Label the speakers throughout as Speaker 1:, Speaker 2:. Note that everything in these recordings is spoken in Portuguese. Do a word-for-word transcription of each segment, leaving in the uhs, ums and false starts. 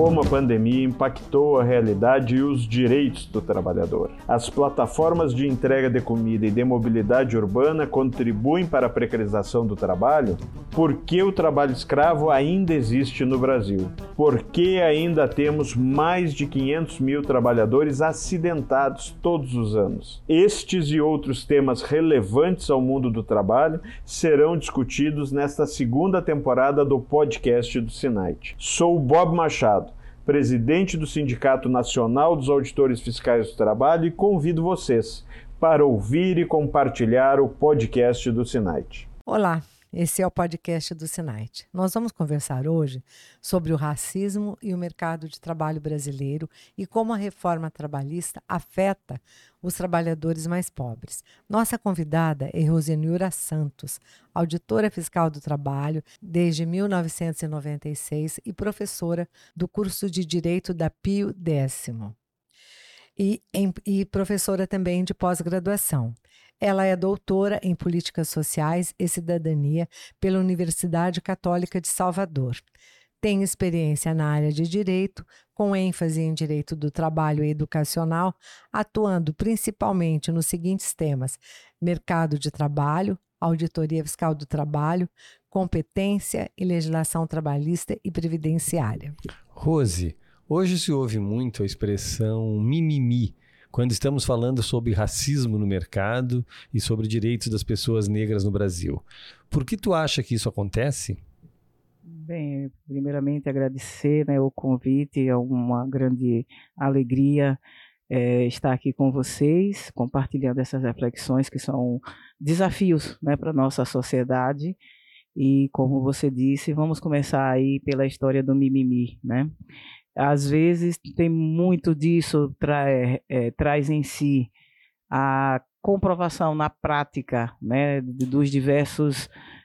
Speaker 1: como a pandemia impactou a realidade e os direitos do trabalhador. As plataformas de entrega de comida e de mobilidade urbana contribuem para a precarização do trabalho? Por que o trabalho escravo ainda existe no Brasil? Por que ainda temos mais de quinhentos mil trabalhadores acidentados todos os anos? Estes e outros temas relevantes ao mundo do trabalho serão discutidos nesta segunda temporada do podcast do SINAIT. Sou Bob Machado, presidente do Sindicato Nacional dos Auditores Fiscais do Trabalho, e convido vocês para ouvir e compartilhar o podcast do SINAIT.
Speaker 2: Olá, esse é o podcast do SINAIT. Nós vamos conversar hoje sobre o racismo e o mercado de trabalho brasileiro e como a reforma trabalhista afeta os trabalhadores mais pobres. Nossa convidada é Roseniura Santos, auditora fiscal do trabalho desde mil novecentos e noventa e seis e professora do curso de Direito da Pio Décimo e, em, e professora também de pós-graduação. Ela é doutora em Políticas Sociais e Cidadania pela Universidade Católica de Salvador. Tem experiência na área de Direito, com ênfase em Direito do Trabalho e Educacional, atuando principalmente nos seguintes temas: mercado de trabalho, auditoria fiscal do trabalho, competência e legislação trabalhista e previdenciária.
Speaker 3: Rose, hoje se ouve muito a expressão mimimi, quando estamos falando sobre racismo no mercado e sobre direitos das pessoas negras no Brasil. Por que tu acha que isso acontece?
Speaker 4: Bem, primeiramente agradecer, né, o convite, é uma grande alegria é, estar aqui com vocês, compartilhando essas reflexões que são desafios, né, para a nossa sociedade. E como você disse, vamos começar aí pela história do mimimi, né? Às vezes tem muito disso, tra é, traz em si a comprovação na prática, né, dos diversos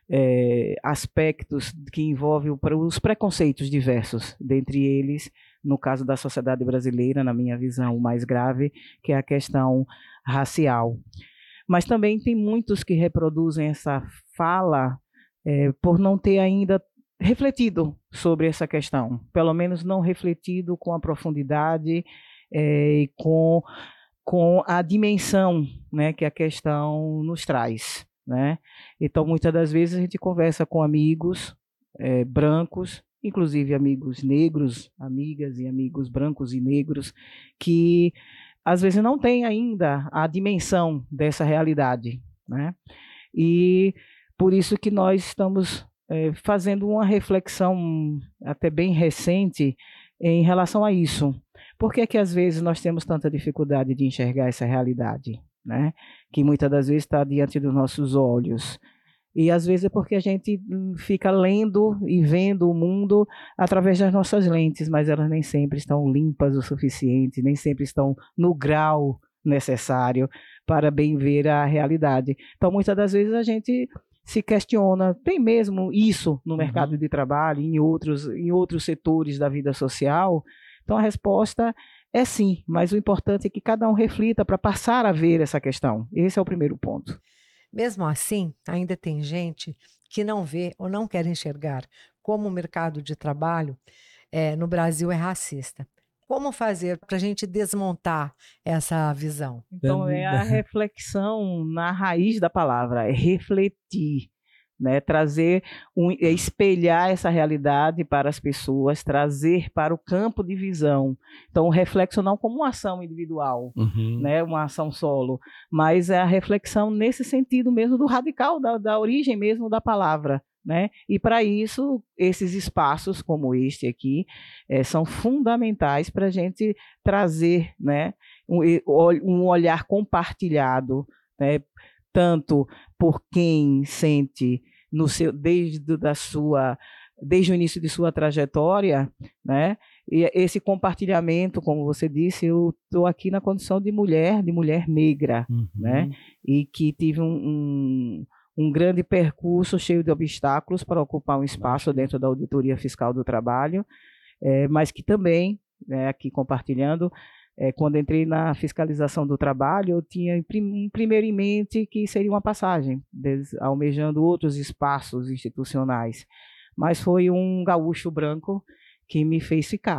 Speaker 4: é, aspectos que envolvem os preconceitos diversos, dentre eles, no caso da sociedade brasileira, na minha visão, o mais grave, que é a questão racial. Mas também tem muitos que reproduzem essa fala é, por não ter ainda refletido sobre essa questão, pelo menos não refletido com a profundidade é, e com, com a dimensão, né, que a questão nos traz, né? Então, muitas das vezes a gente conversa com amigos é, brancos, inclusive amigos negros, amigas e amigos brancos e negros, que às vezes não têm ainda a dimensão dessa realidade, né? E por isso que nós estamos É, fazendo uma reflexão até bem recente em relação a isso. Por que é que às vezes nós temos tanta dificuldade de enxergar essa realidade, né? Que muitas das vezes está diante dos nossos olhos. E às vezes é porque a gente fica lendo e vendo o mundo através das nossas lentes, mas elas nem sempre estão limpas o suficiente, nem sempre estão no grau necessário para bem ver a realidade. Então, muitas das vezes a gente se questiona, tem mesmo isso no mercado uhum. de trabalho, em outros, em outros setores da vida social? Então a resposta é sim, mas o importante é que cada um reflita para passar a ver essa questão. Esse é o primeiro ponto.
Speaker 2: Mesmo assim, ainda tem gente que não vê ou não quer enxergar como o mercado de trabalho é, no Brasil é racista. Como fazer para a gente desmontar essa visão?
Speaker 4: Então, é a reflexão na raiz da palavra, é refletir, né? Trazer, um, é espelhar essa realidade para as pessoas, trazer para o campo de visão. Então, o reflexo não como uma ação individual, uhum. né? Uma ação solo, mas é a reflexão nesse sentido mesmo do radical, da, da origem mesmo da palavra. Né? E para isso, esses espaços como este aqui é, são fundamentais para a gente trazer, né, um, um olhar compartilhado, né, tanto por quem sente no seu, desde, da sua, desde o início de sua trajetória, né, e esse compartilhamento, como você disse, eu estou aqui na condição de mulher, de mulher negra, uhum. né, e que tive um, um um grande percurso cheio de obstáculos para ocupar um espaço dentro da Auditoria Fiscal do Trabalho, é, mas que também, né, aqui compartilhando, é, quando entrei na fiscalização do trabalho, eu tinha um primeiro em mente que seria uma passagem, des, almejando outros espaços institucionais, mas foi um gaúcho branco que me fez ficar,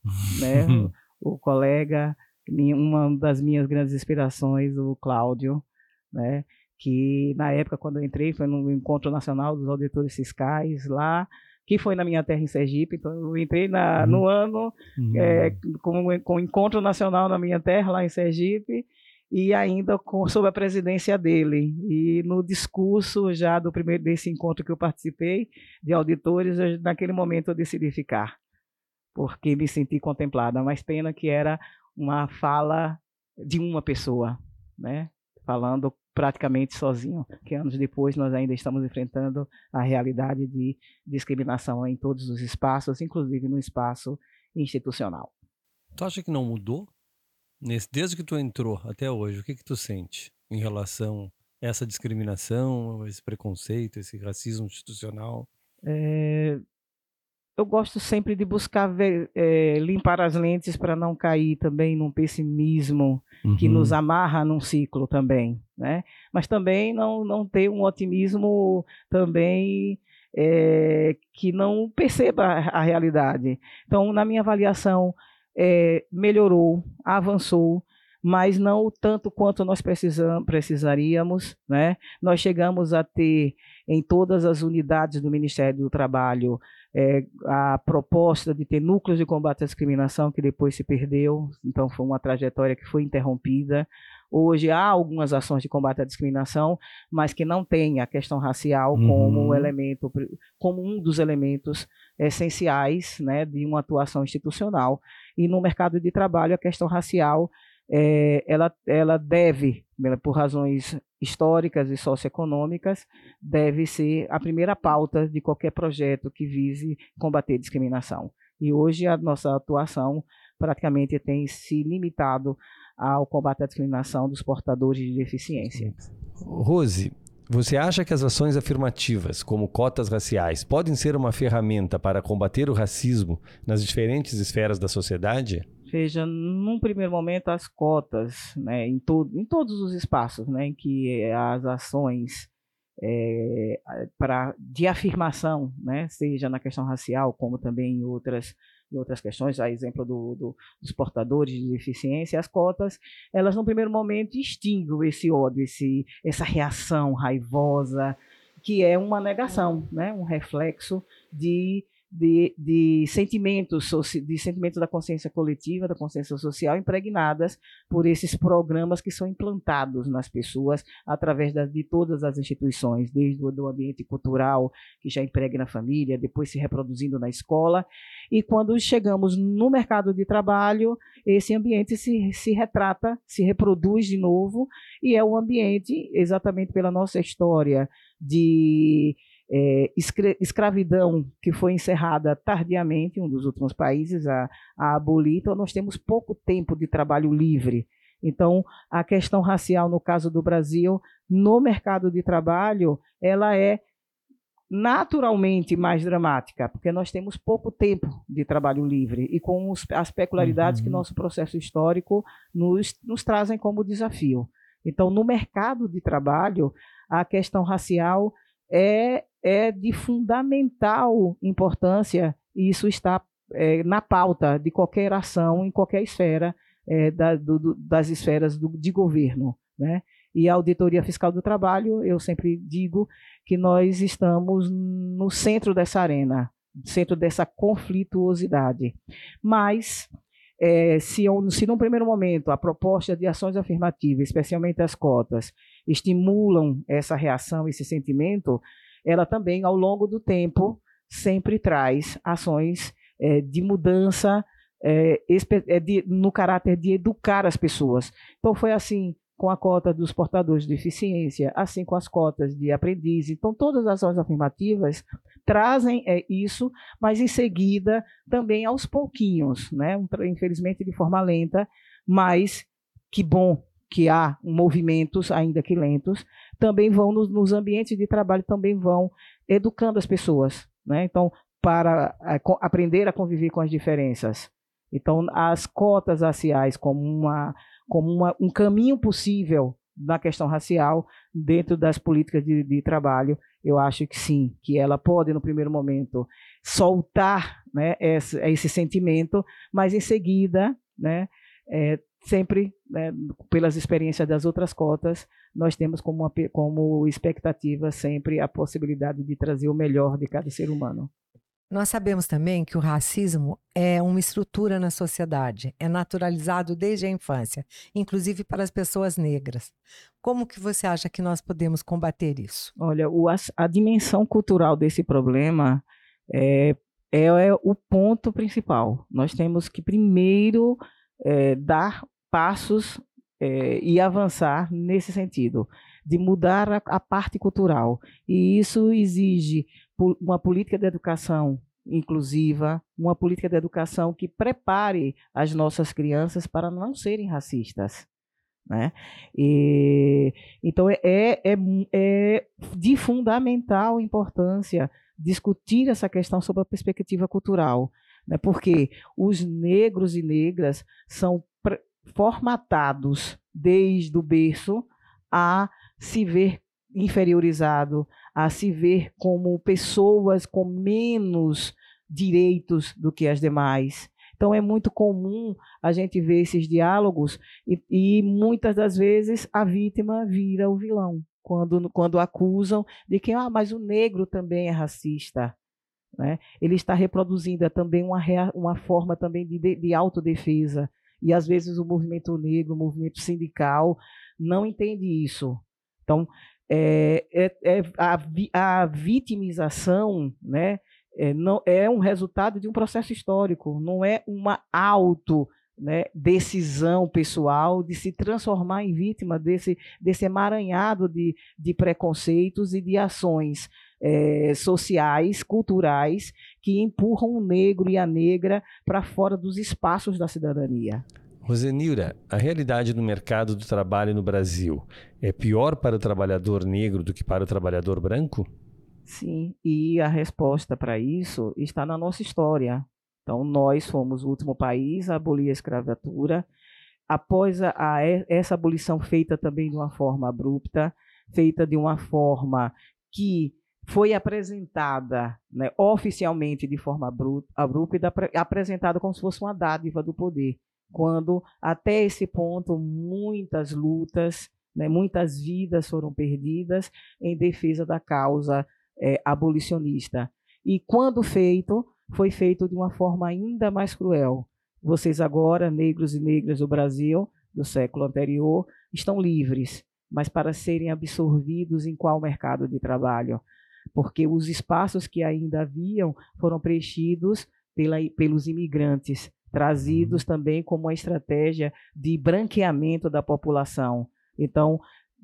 Speaker 4: né? O, o colega, uma das minhas grandes inspirações, o Cláudio, né? Que na época, quando eu entrei, foi no Encontro Nacional dos Auditores Fiscais, lá, que foi na minha terra, em Sergipe. Então, eu entrei na, uhum. no ano uhum. é, com, com o Encontro Nacional na minha terra, lá em Sergipe, e ainda com, sob a presidência dele. E no discurso já do primeiro desse encontro que eu participei, de auditores, eu, naquele momento eu decidi ficar, porque me senti contemplada, mas pena que era uma fala de uma pessoa, né? Falando praticamente sozinho, que anos depois nós ainda estamos enfrentando a realidade de discriminação em todos os espaços, inclusive no espaço institucional.
Speaker 3: Tu acha que não mudou? Nesse, desde que tu entrou até hoje, o que que tu sente em relação a essa discriminação, esse preconceito, esse racismo institucional?
Speaker 4: É... Eu gosto sempre de buscar ver, é, limpar as lentes para não cair também num pessimismo uhum. que nos amarra num ciclo também, né? Mas também não, não ter um otimismo também é, que não perceba a realidade. Então, na minha avaliação, é, melhorou, avançou, mas não o tanto quanto nós precisam, precisaríamos, né? Nós chegamos a ter em todas as unidades do Ministério do Trabalho é, a proposta de ter núcleos de combate à discriminação, que depois se perdeu, então foi uma trajetória que foi interrompida. Hoje há algumas ações de combate à discriminação, mas que não tem a questão racial uhum. como elemento, como um dos elementos essenciais, né, de uma atuação institucional. E no mercado de trabalho a questão racial É, ela, ela deve, por razões históricas e socioeconômicas, deve ser a primeira pauta de qualquer projeto que vise combater discriminação. E hoje a nossa atuação praticamente tem se limitado ao combate à discriminação dos portadores de deficiência.
Speaker 3: Rose, você acha que as ações afirmativas, como cotas raciais, podem ser uma ferramenta para combater o racismo nas diferentes esferas da sociedade?
Speaker 4: Veja, num primeiro momento, as cotas, né, em, todo, em todos os espaços, né, em que as ações é, pra, de afirmação, né, seja na questão racial, como também em outras, em outras questões, a exemplo do, do, dos portadores de deficiência, as cotas, elas, num primeiro momento, extinguem esse ódio, esse, essa reação raivosa, que é uma negação, né, um reflexo de... De, de, sentimentos, de sentimentos da consciência coletiva, da consciência social, impregnadas por esses programas que são implantados nas pessoas através das, de todas as instituições, desde o do ambiente cultural, que já impregna a família, depois se reproduzindo na escola, e quando chegamos no mercado de trabalho, esse ambiente se, se retrata, se reproduz de novo, e é um ambiente, exatamente pela nossa história de... É, escravidão que foi encerrada tardiamente, um dos últimos países a, a abolir, então nós temos pouco tempo de trabalho livre. Então, a questão racial, no caso do Brasil, no mercado de trabalho, ela é naturalmente mais dramática, porque nós temos pouco tempo de trabalho livre e com os, as peculiaridades uhum. que nosso processo histórico nos, nos trazem como desafio. Então, no mercado de trabalho, a questão racial é é de fundamental importância, e isso está é, na pauta de qualquer ação, em qualquer esfera, é, da, do, das esferas do, de governo, né? E a Auditoria Fiscal do Trabalho, eu sempre digo que nós estamos no centro dessa arena, centro dessa conflituosidade. Mas, é, se, se num primeiro momento a proposta de ações afirmativas, especialmente as cotas, estimulam essa reação, esse sentimento, ela também, ao longo do tempo, sempre traz ações é, de mudança é, de, no caráter de educar as pessoas. Então, foi assim com a cota dos portadores de deficiência, assim com as cotas de aprendiz. Então, todas as ações afirmativas trazem é, isso, mas em seguida, também aos pouquinhos, né? Infelizmente de forma lenta, mas que bom que há movimentos, ainda que lentos, também vão nos, nos ambientes de trabalho, também vão educando as pessoas, né? Então, para a, aprender a conviver com as diferenças. Então, as cotas raciais como, uma, como uma, um caminho possível na questão racial, dentro das políticas de, de trabalho, eu acho que sim, que ela pode, no primeiro momento, soltar, né, esse, esse sentimento, mas em seguida, né, é, sempre, né, pelas experiências das outras cotas, nós temos como, uma, como expectativa sempre a possibilidade de trazer o melhor de cada ser humano.
Speaker 2: Nós sabemos também que o racismo é uma estrutura na sociedade, é naturalizado desde a infância, inclusive para as pessoas negras. Como que você acha que nós podemos combater isso?
Speaker 4: Olha, o, a, a dimensão cultural desse problema é, é, é o ponto principal. Nós temos que primeiro é, dar passos é, e avançar nesse sentido, de mudar a, a parte cultural. E isso exige uma política de educação inclusiva, uma política de educação que prepare as nossas crianças para não serem racistas, né? E, então, é, é, é de fundamental importância discutir essa questão sob a perspectiva cultural, né? Porque os negros e negras são formatados desde o berço a se ver inferiorizado, a se ver como pessoas com menos direitos do que as demais. Então, é muito comum a gente ver esses diálogos e, e muitas das vezes a vítima vira o vilão, quando, quando acusam de que ah, mas o negro também é racista, né? Ele está reproduzindo também uma, uma forma também de, de autodefesa. E, às vezes, o movimento negro, o movimento sindical, não entende isso. Então, é, é, é a, a vitimização, né, é, não, é um resultado de um processo histórico, não é uma auto, né, decisão pessoal de se transformar em vítima desse, desse emaranhado de, de preconceitos e de ações é, sociais, culturais, que empurram o negro e a negra para fora dos espaços da cidadania.
Speaker 3: Rosenilda, a realidade do mercado do trabalho no Brasil é pior para o trabalhador negro do que para o trabalhador branco?
Speaker 4: Sim, e a resposta para isso está na nossa história. Então, nós fomos o último país a abolir a escravatura. Após a, a, essa abolição feita também de uma forma abrupta, feita de uma forma que foi apresentada, né, oficialmente de forma abrupta, apresentada como se fosse uma dádiva do poder, quando até esse ponto muitas lutas, né, muitas vidas foram perdidas em defesa da causa é, abolicionista. E quando feito, foi feito de uma forma ainda mais cruel. Vocês agora, negros e negras do Brasil, do século anterior, estão livres, mas para serem absorvidos em qual mercado de trabalho? Porque os espaços que ainda haviam foram preenchidos pela, pelos imigrantes, trazidos também como uma estratégia de branqueamento da população. Então,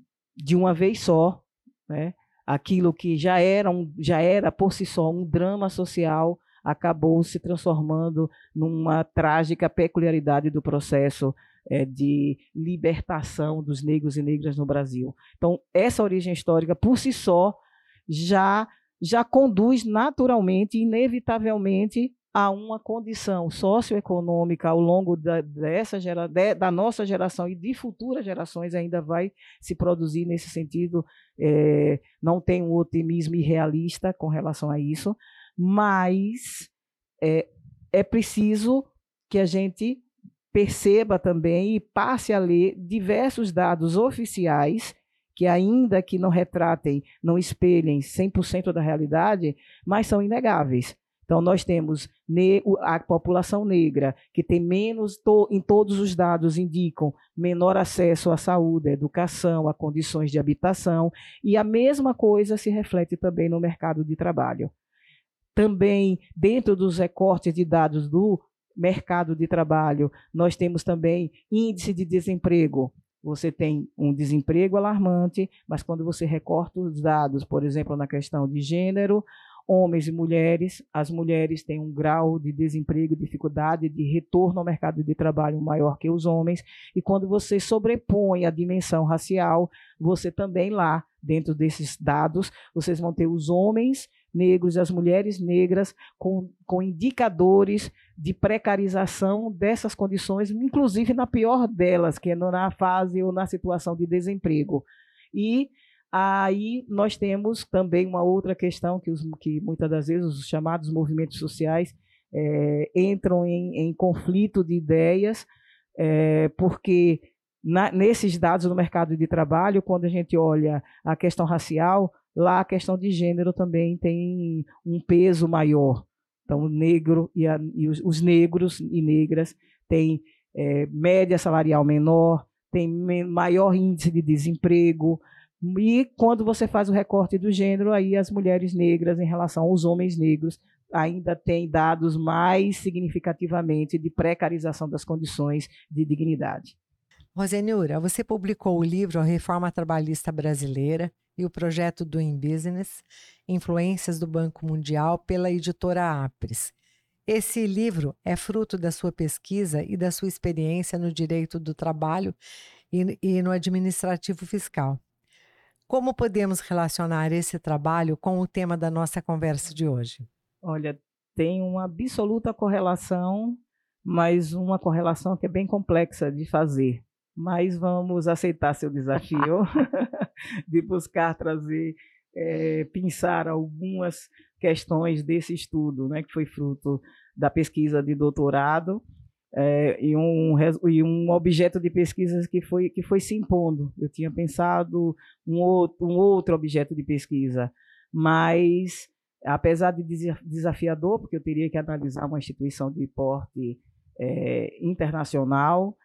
Speaker 4: de uma vez só, né, aquilo que já era, um, já era por si só um drama social acabou se transformando numa trágica peculiaridade do processo é, de libertação dos negros e negras no Brasil. Então, essa origem histórica, por si só, já, já conduz naturalmente, inevitavelmente, a uma condição socioeconômica ao longo da, dessa gera, de, da nossa geração e de futuras gerações ainda vai se produzir nesse sentido. É, não tem um otimismo irrealista com relação a isso, mas é, é preciso que a gente perceba também e passe a ler diversos dados oficiais que, ainda que não retratem, não espelhem cem por cento da realidade, mas são inegáveis. Então, nós temos a população negra, que tem menos, to, em todos os dados indicam menor acesso à saúde, à educação, a condições de habitação, e a mesma coisa se reflete também no mercado de trabalho. Também, dentro dos recortes de dados do mercado de trabalho, nós temos também índice de desemprego. Você tem um desemprego alarmante, mas quando você recorta os dados, por exemplo, na questão de gênero, homens e mulheres, as mulheres têm um grau de desemprego, dificuldade de retorno ao mercado de trabalho maior que os homens, e quando você sobrepõe a dimensão racial, você também lá, dentro desses dados, vocês vão ter os homens negros e as mulheres negras com, com indicadores de precarização dessas condições, inclusive na pior delas, que é na fase ou na situação de desemprego. E aí nós temos também uma outra questão que, os, que muitas das vezes os chamados movimentos sociais é, entram em, em conflito de ideias, é, porque na, nesses dados do mercado de trabalho, quando a gente olha a questão racial, lá a questão de gênero também tem um peso maior. Então, o negro e, a, e os, os negros e negras têm é, média salarial menor, tem maior índice de desemprego, e quando você faz o recorte do gênero, aí as mulheres negras em relação aos homens negros ainda têm dados mais significativamente de precarização das condições de dignidade.
Speaker 2: Rosenilra, você publicou o livro A Reforma Trabalhista Brasileira e o projeto Doing Business, Influências do Banco Mundial, pela editora Apres. Esse livro é fruto da sua pesquisa e da sua experiência no direito do trabalho e, e no administrativo fiscal. Como podemos relacionar esse trabalho com o tema da nossa conversa de hoje?
Speaker 4: Olha, tem uma absoluta correlação, mas uma correlação que é bem complexa de fazer. Mas vamos aceitar seu desafio de buscar trazer, é, pensar algumas questões desse estudo, né, que foi fruto da pesquisa de doutorado, é, e, um, e um objeto de pesquisa que foi, que foi se impondo. Eu tinha pensado um outro, um outro objeto de pesquisa, mas, apesar de desafiador, porque eu teria que analisar uma instituição de porte é, internacional,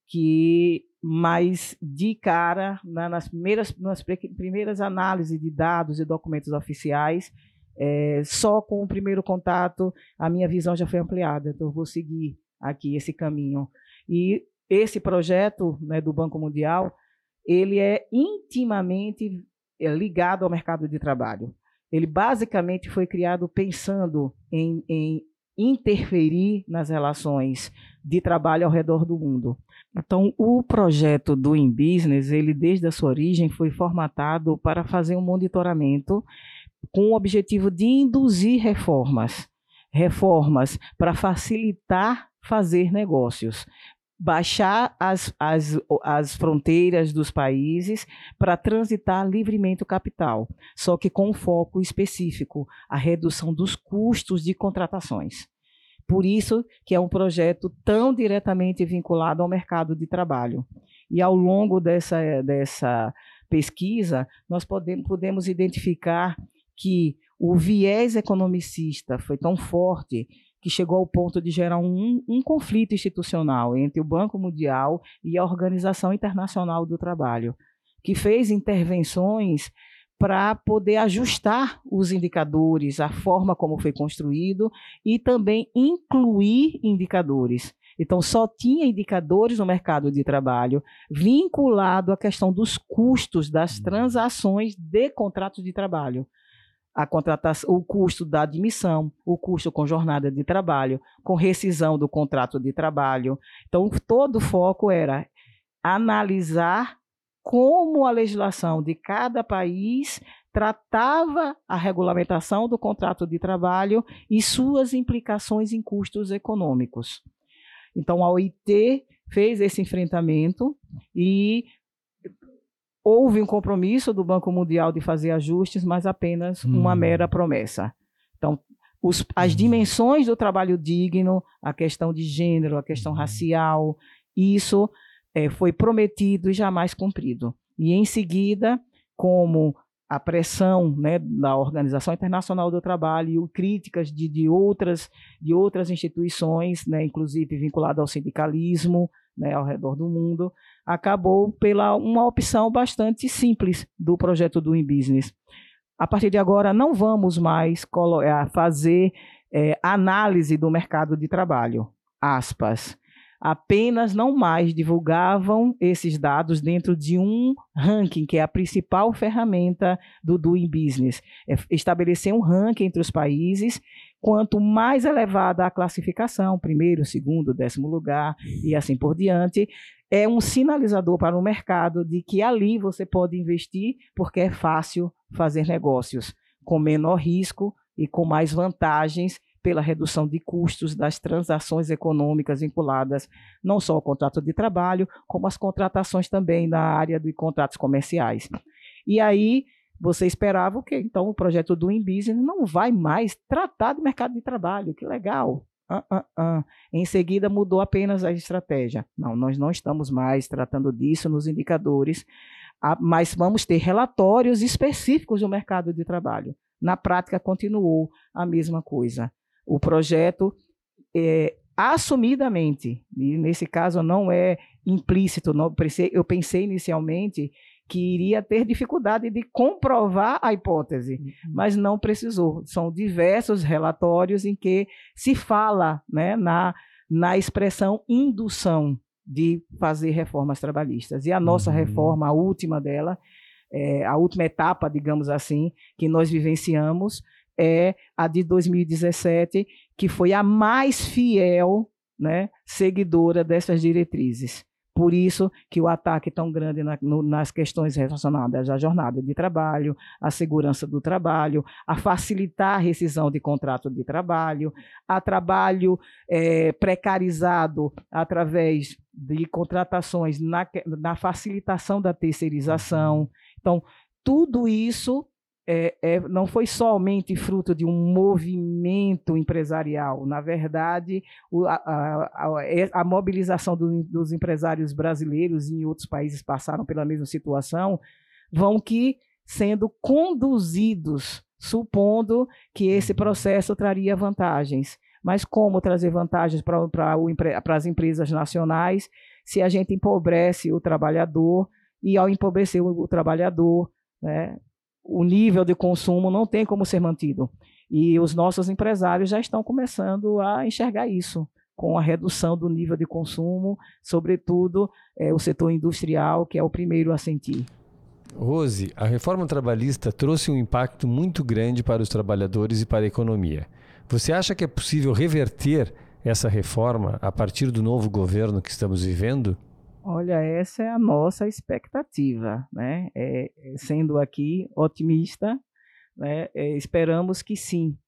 Speaker 4: que mas de cara, na, nas, primeiras, nas primeiras análises de dados e documentos oficiais, é, só com o primeiro contato, a minha visão já foi ampliada. Então, eu vou seguir aqui esse caminho. E esse projeto, né, do Banco Mundial, ele é intimamente ligado ao mercado de trabalho. Ele basicamente foi criado pensando em, em interferir nas relações de trabalho ao redor do mundo. Então, o projeto Doing Business, ele desde a sua origem foi formatado para fazer um monitoramento com o objetivo de induzir reformas, reformas para facilitar fazer negócios, baixar as, as, as fronteiras dos países para transitar livremente o capital, só que com um foco específico, a redução dos custos de contratações. Por isso que é um projeto tão diretamente vinculado ao mercado de trabalho. E ao longo dessa, dessa pesquisa, nós podemos, podemos identificar que o viés economicista foi tão forte que chegou ao ponto de gerar um, um conflito institucional entre o Banco Mundial e a Organização Internacional do Trabalho, que fez intervenções para poder ajustar os indicadores, a forma como foi construído e também incluir indicadores. Então, só tinha indicadores no mercado de trabalho vinculado à questão dos custos das transações de contratos de trabalho. A contratação, o custo da admissão, o custo com jornada de trabalho, com rescisão do contrato de trabalho. Então, todo o foco era analisar como a legislação de cada país tratava a regulamentação do contrato de trabalho e suas implicações em custos econômicos. Então, a O I T fez esse enfrentamento e houve um compromisso do Banco Mundial de fazer ajustes, mas apenas hum. uma mera promessa. Então, os, as dimensões do trabalho digno, a questão de gênero, a questão racial, isso é, foi prometido e jamais cumprido. E, em seguida, como a pressão, né, da Organização Internacional do Trabalho e críticas de, de, outras, de outras instituições, né, inclusive vinculadas ao sindicalismo, né, ao redor do mundo, acabou pela uma opção bastante simples do projeto Doing Business. A partir de agora, não vamos mais fazer é, análise do mercado de trabalho, aspas. Apenas não mais divulgavam esses dados dentro de um ranking, que é a principal ferramenta do Doing Business. É estabelecer um ranking entre os países, quanto mais elevada a classificação, primeiro, segundo, décimo lugar e assim por diante, é um sinalizador para o mercado de que ali você pode investir porque é fácil fazer negócios, com menor risco, e com mais vantagens pela redução de custos das transações econômicas vinculadas não só ao contrato de trabalho, como as contratações também na área de contratos comerciais. E aí você esperava o quê? Então o projeto do Doing Business não vai mais tratar de mercado de trabalho, que legal. Uh, uh, uh. Em seguida mudou apenas a estratégia. Não, nós não estamos mais tratando disso nos indicadores, mas vamos ter relatórios específicos do mercado de trabalho. Na prática, continuou a mesma coisa. O projeto, é, assumidamente, e nesse caso não é implícito, não, eu pensei inicialmente que iria ter dificuldade de comprovar a hipótese, uhum. mas não precisou. São diversos relatórios em que se fala, né, na, na expressão indução de fazer reformas trabalhistas. E a nossa uhum. reforma, a última dela, é, a última etapa, digamos assim, que nós vivenciamos, é a de dois mil e dezessete, que foi a mais fiel, né, seguidora dessas diretrizes. Por isso que o ataque tão grande na, no, nas questões relacionadas à jornada de trabalho, à segurança do trabalho, a facilitar a rescisão de contrato de trabalho, a trabalho é, precarizado através de contratações na, na facilitação da terceirização. Então, tudo isso É, é, não foi somente fruto de um movimento empresarial. Na verdade, o, a, a, a mobilização do, dos empresários brasileiros e em outros países passaram pela mesma situação, vão que sendo conduzidos, supondo que esse processo traria vantagens. Mas como trazer vantagens para, para, o, para as empresas nacionais se a gente empobrece o trabalhador e, ao empobrecer o, o trabalhador, né, o nível de consumo não tem como ser mantido. E os nossos empresários já estão começando a enxergar isso, com a redução do nível de consumo, sobretudo é, o setor industrial, que é o primeiro a sentir.
Speaker 3: Rose, a reforma trabalhista trouxe um impacto muito grande para os trabalhadores e para a economia. Você acha que é possível reverter essa reforma a partir do novo governo que estamos vivendo?
Speaker 4: Olha, essa é a nossa expectativa, né? É, sendo aqui otimista, né? É, esperamos que sim.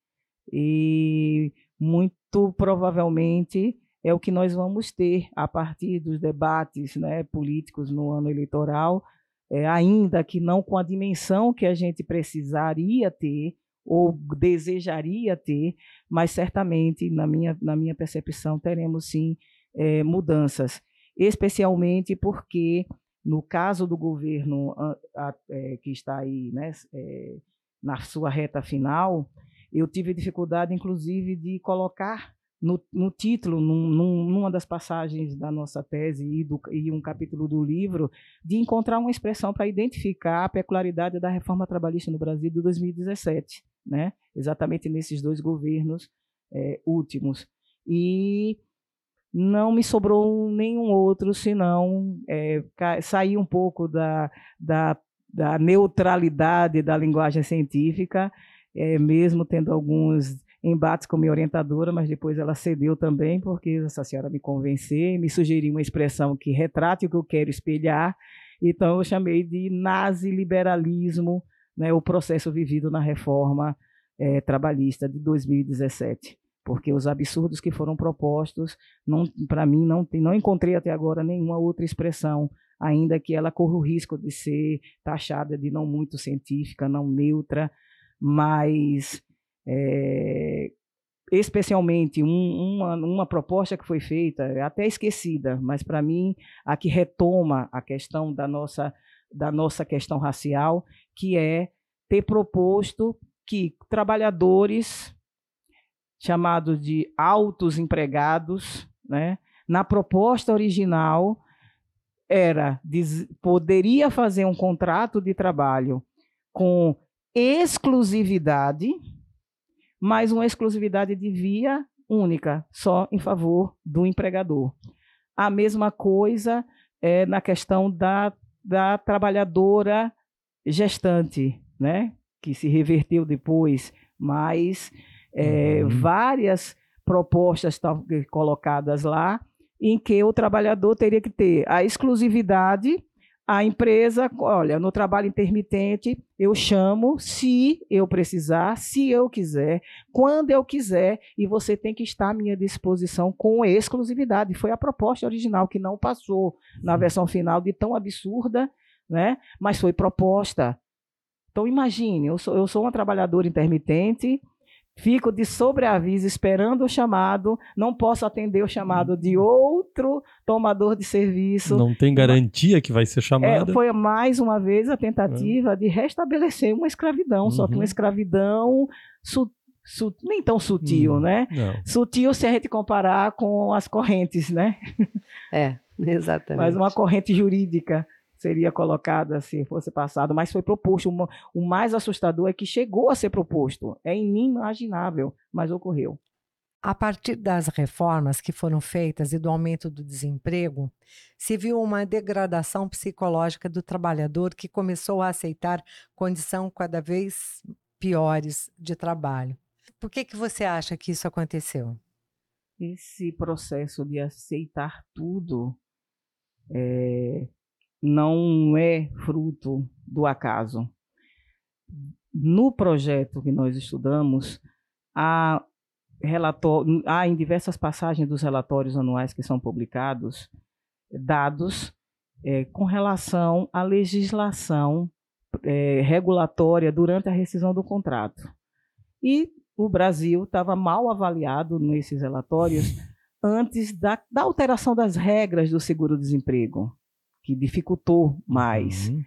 Speaker 4: E muito provavelmente é o que nós vamos ter a partir dos debates, né, políticos no ano eleitoral, é, ainda que não com a dimensão que a gente precisaria ter ou desejaria ter, mas certamente, na minha, na minha percepção, teremos sim é, mudanças. Especialmente porque, no caso do governo a, a, é, que está aí, né, é, na sua reta final, eu tive dificuldade, inclusive, de colocar no, no título, num, num, numa das passagens da nossa tese e, do, e um capítulo do livro, de encontrar uma expressão para identificar a peculiaridade da reforma trabalhista no Brasil de dois mil e dezessete, né, exatamente nesses dois governos é, últimos. E não me sobrou nenhum outro, senão é, sair um pouco da, da, da neutralidade da linguagem científica, é, mesmo tendo alguns embates com minha orientadora, mas depois ela cedeu também, porque essa senhora me convenceu e me sugeriu uma expressão que retrate o que eu quero espelhar. Então, eu chamei de naziliberalismo, né, o processo vivido na reforma é, trabalhista de dois mil e dezessete. Porque os absurdos que foram propostos, para mim, não, não encontrei até agora nenhuma outra expressão, ainda que ela corra o risco de ser taxada de não muito científica, não neutra, mas é, especialmente um, uma, uma proposta que foi feita, até esquecida, mas para mim a que retoma a questão da nossa, da nossa questão racial, que é ter proposto que trabalhadores chamados de altos empregados, né, na proposta original era, poderia fazer um contrato de trabalho com exclusividade, mas uma exclusividade de via única, só em favor do empregador. A mesma coisa é na questão da, da trabalhadora gestante, né, que se reverteu depois, mas É, uhum. várias propostas estão colocadas lá em que o trabalhador teria que ter a exclusividade, a empresa, olha, no trabalho intermitente, eu chamo se eu precisar, se eu quiser, quando eu quiser, e você tem que estar à minha disposição com exclusividade. Foi a proposta original, que não passou na versão final de tão absurda, né? Mas foi proposta. Então, imagine, eu sou, eu sou uma trabalhadora intermitente, fico de sobreaviso esperando o chamado, não posso atender o chamado de outro tomador de serviço.
Speaker 3: Não tem garantia que vai ser chamado.
Speaker 4: É, foi mais uma vez a tentativa é. de restabelecer uma escravidão, uhum. só que uma escravidão su, su, nem tão sutil, hum, né? Não. Sutil se a gente comparar com as correntes, né?
Speaker 2: É, exatamente.
Speaker 4: Mas uma corrente jurídica seria colocada se fosse passado, mas foi proposto. Uma, o mais assustador é que chegou a ser proposto. É inimaginável, mas ocorreu.
Speaker 2: A partir das reformas que foram feitas e do aumento do desemprego, se viu uma degradação psicológica do trabalhador que começou a aceitar condições cada vez piores de trabalho. Por que que você acha que isso aconteceu?
Speaker 4: Esse processo de aceitar tudo é... não é fruto do acaso. No projeto que nós estudamos, há, relatório, há em diversas passagens dos relatórios anuais que são publicados, dados é, com relação à legislação é, regulatória durante a rescisão do contrato. E o Brasil estava mal avaliado nesses relatórios antes da, da alteração das regras do seguro-desemprego, que dificultou mais. Uhum.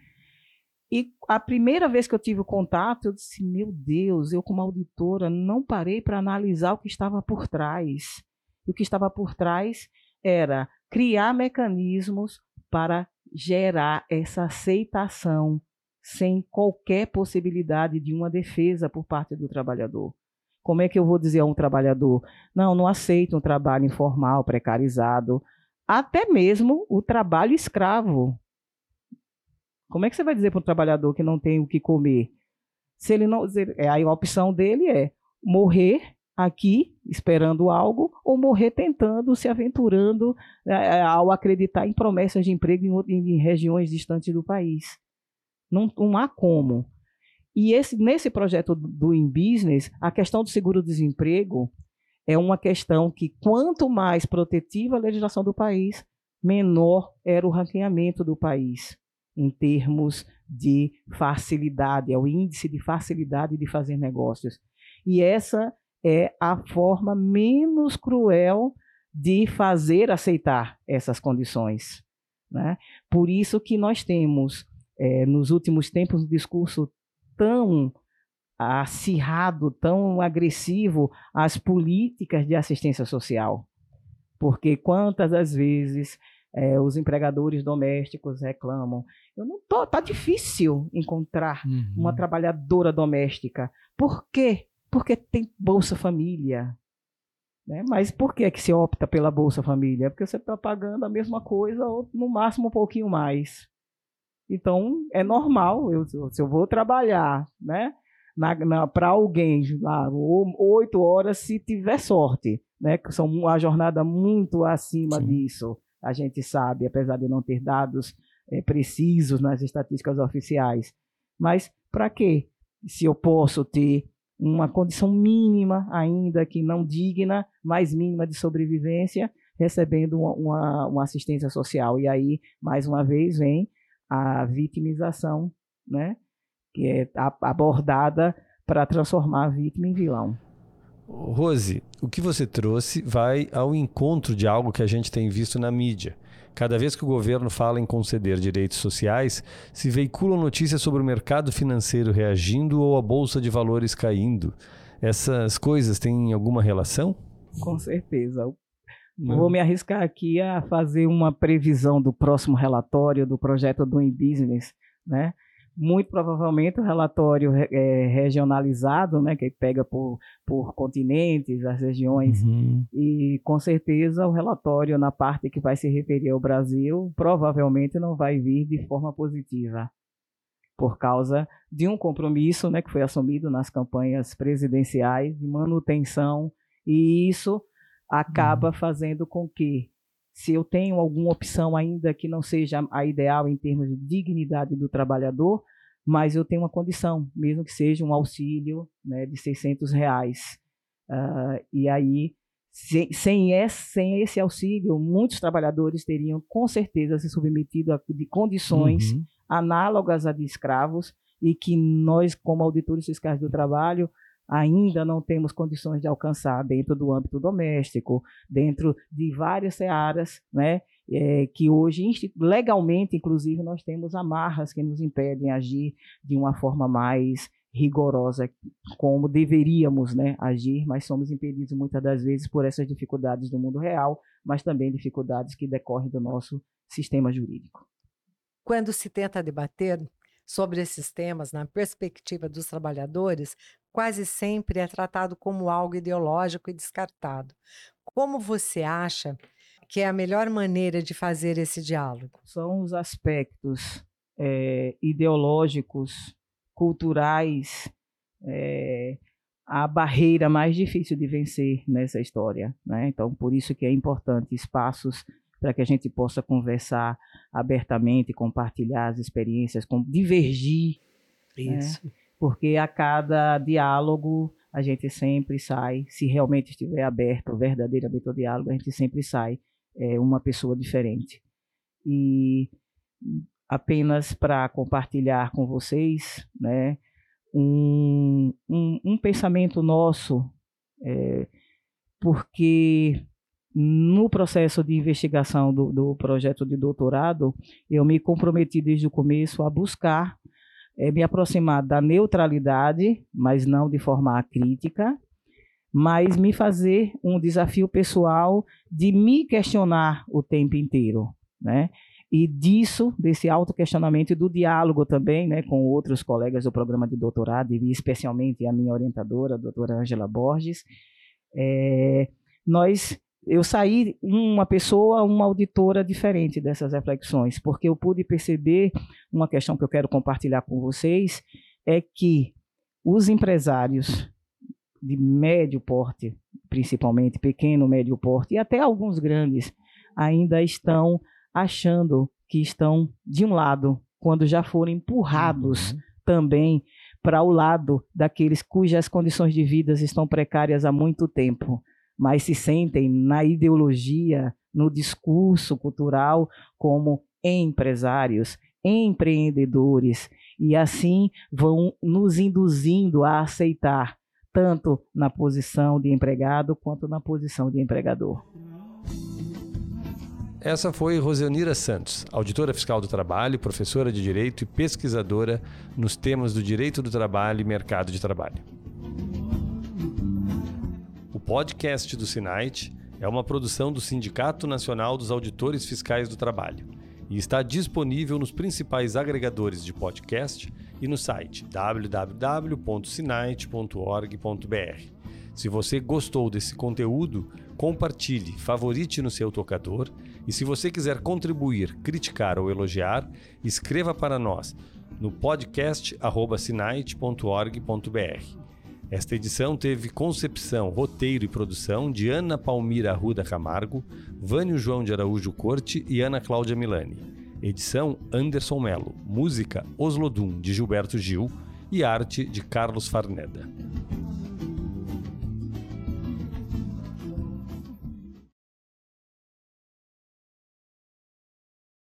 Speaker 4: E a primeira vez que eu tive o contato, eu disse, meu Deus, eu como auditora não parei para analisar o que estava por trás. E o que estava por trás era criar mecanismos para gerar essa aceitação sem qualquer possibilidade de uma defesa por parte do trabalhador. Como é que eu vou dizer a um trabalhador, não, não aceito um trabalho informal, precarizado, até mesmo o trabalho escravo. Como é que você vai dizer para um trabalhador que não tem o que comer? Se ele não, aí a opção dele é morrer aqui esperando algo ou morrer tentando, se aventurando é, ao acreditar em promessas de emprego em, em regiões distantes do país. Não, não há como. E esse, nesse projeto do InBusiness, a questão do seguro-desemprego é uma questão que, quanto mais protetiva a legislação do país, menor era o ranqueamento do país, em termos de facilidade, é o índice de facilidade de fazer negócios. E essa é a forma menos cruel de fazer aceitar essas condições, né? Por isso que nós temos, é, nos últimos tempos, um discurso tão acirrado, tão agressivo às políticas de assistência social. Porque quantas das vezes é, os empregadores domésticos reclamam, eu não tô, tá difícil encontrar uhum. uma trabalhadora doméstica. Por quê? Porque tem Bolsa Família. Né? Mas por que é que se opta pela Bolsa Família? Porque você está pagando a mesma coisa ou no máximo um pouquinho mais. Então, é normal, eu, se eu vou trabalhar, né, para alguém, lá, oito horas, se tiver sorte, né, que são uma jornada muito acima Sim. disso, a gente sabe, apesar de não ter dados é, precisos nas estatísticas oficiais. Mas para quê? Se eu posso ter uma condição mínima ainda, que não digna, mas mínima de sobrevivência, recebendo uma, uma, uma assistência social. E aí, mais uma vez, vem a vitimização, né, que é abordada para transformar a vítima em vilão.
Speaker 3: Rose, o que você trouxe vai ao encontro de algo que a gente tem visto na mídia. Cada vez que o governo fala em conceder direitos sociais, se veiculam notícias sobre o mercado financeiro reagindo ou a bolsa de valores caindo. Essas coisas têm alguma relação?
Speaker 4: Com certeza. Não. Vou me arriscar aqui a fazer uma previsão do próximo relatório do projeto do InBusiness, né? Muito provavelmente o relatório é, regionalizado, né, que pega por, por continentes, as regiões, uhum. e com certeza o relatório na parte que vai se referir ao Brasil provavelmente não vai vir de forma positiva, por causa de um compromisso, né, que foi assumido nas campanhas presidenciais de manutenção, e isso acaba uhum. fazendo com que se eu tenho alguma opção ainda que não seja a ideal em termos de dignidade do trabalhador, mas eu tenho uma condição, mesmo que seja um auxílio, né, de seiscentos reais. Uh, e aí, sem, sem, esse, sem esse auxílio, muitos trabalhadores teriam com certeza se submetido a de condições uhum. análogas a de escravos, e que nós, como auditores fiscais do trabalho, ainda não temos condições de alcançar dentro do âmbito doméstico, dentro de várias searas, né, é, que hoje, legalmente, inclusive, nós temos amarras que nos impedem agir de uma forma mais rigorosa, como deveríamos, né, agir, mas somos impedidos muitas das vezes por essas dificuldades do mundo real, mas também dificuldades que decorrem do nosso sistema jurídico.
Speaker 2: Quando se tenta debater sobre esses temas na perspectiva dos trabalhadores, quase sempre é tratado como algo ideológico e descartado. Como você acha que é a melhor maneira de fazer esse diálogo?
Speaker 4: São os aspectos é, ideológicos, culturais, é, a barreira mais difícil de vencer nessa história, né? Então, por isso que é importante espaços para que a gente possa conversar abertamente, compartilhar as experiências, com, divergir. Isso. Né? Porque a cada diálogo a gente sempre sai, se realmente estiver aberto, verdadeiramente o diálogo, a gente sempre sai é, uma pessoa diferente. E apenas para compartilhar com vocês, né, um, um, um pensamento nosso, é, porque no processo de investigação do, do projeto de doutorado, eu me comprometi desde o começo a buscar é, me aproximar da neutralidade, mas não de forma crítica, mas me fazer um desafio pessoal de me questionar o tempo inteiro, né? E disso, desse autoquestionamento e do diálogo também, né, com outros colegas do programa de doutorado, e especialmente a minha orientadora, a doutora Ângela Borges, é, nós... eu saí uma pessoa, uma auditora diferente dessas reflexões, porque eu pude perceber, uma questão que eu quero compartilhar com vocês, é que os empresários de médio porte, principalmente pequeno, médio porte, e até alguns grandes, ainda estão achando que estão de um lado, quando já foram empurrados uhum. também para o lado daqueles cujas condições de vida estão precárias há muito tempo, mas se sentem na ideologia, no discurso cultural, como empresários, empreendedores, e assim vão nos induzindo a aceitar, tanto na posição de empregado quanto na posição de empregador.
Speaker 3: Essa foi Roseonira Santos, auditora fiscal do trabalho, professora de direito e pesquisadora nos temas do direito do trabalho e mercado de trabalho. O podcast do SINAIT é uma produção do Sindicato Nacional dos Auditores Fiscais do Trabalho e está disponível nos principais agregadores de podcast e no site w w w ponto sinait ponto org ponto b r. Se você gostou desse conteúdo, compartilhe, favorite no seu tocador e se você quiser contribuir, criticar ou elogiar, escreva para nós no podcast arroba sinait ponto org ponto b r. Esta edição teve concepção, roteiro e produção de Ana Palmira Arruda Camargo, Vânio João de Araújo Corte e Ana Cláudia Milani. Edição Anderson Melo. Música Oslodum, de Gilberto Gil e arte de Carlos Farneda.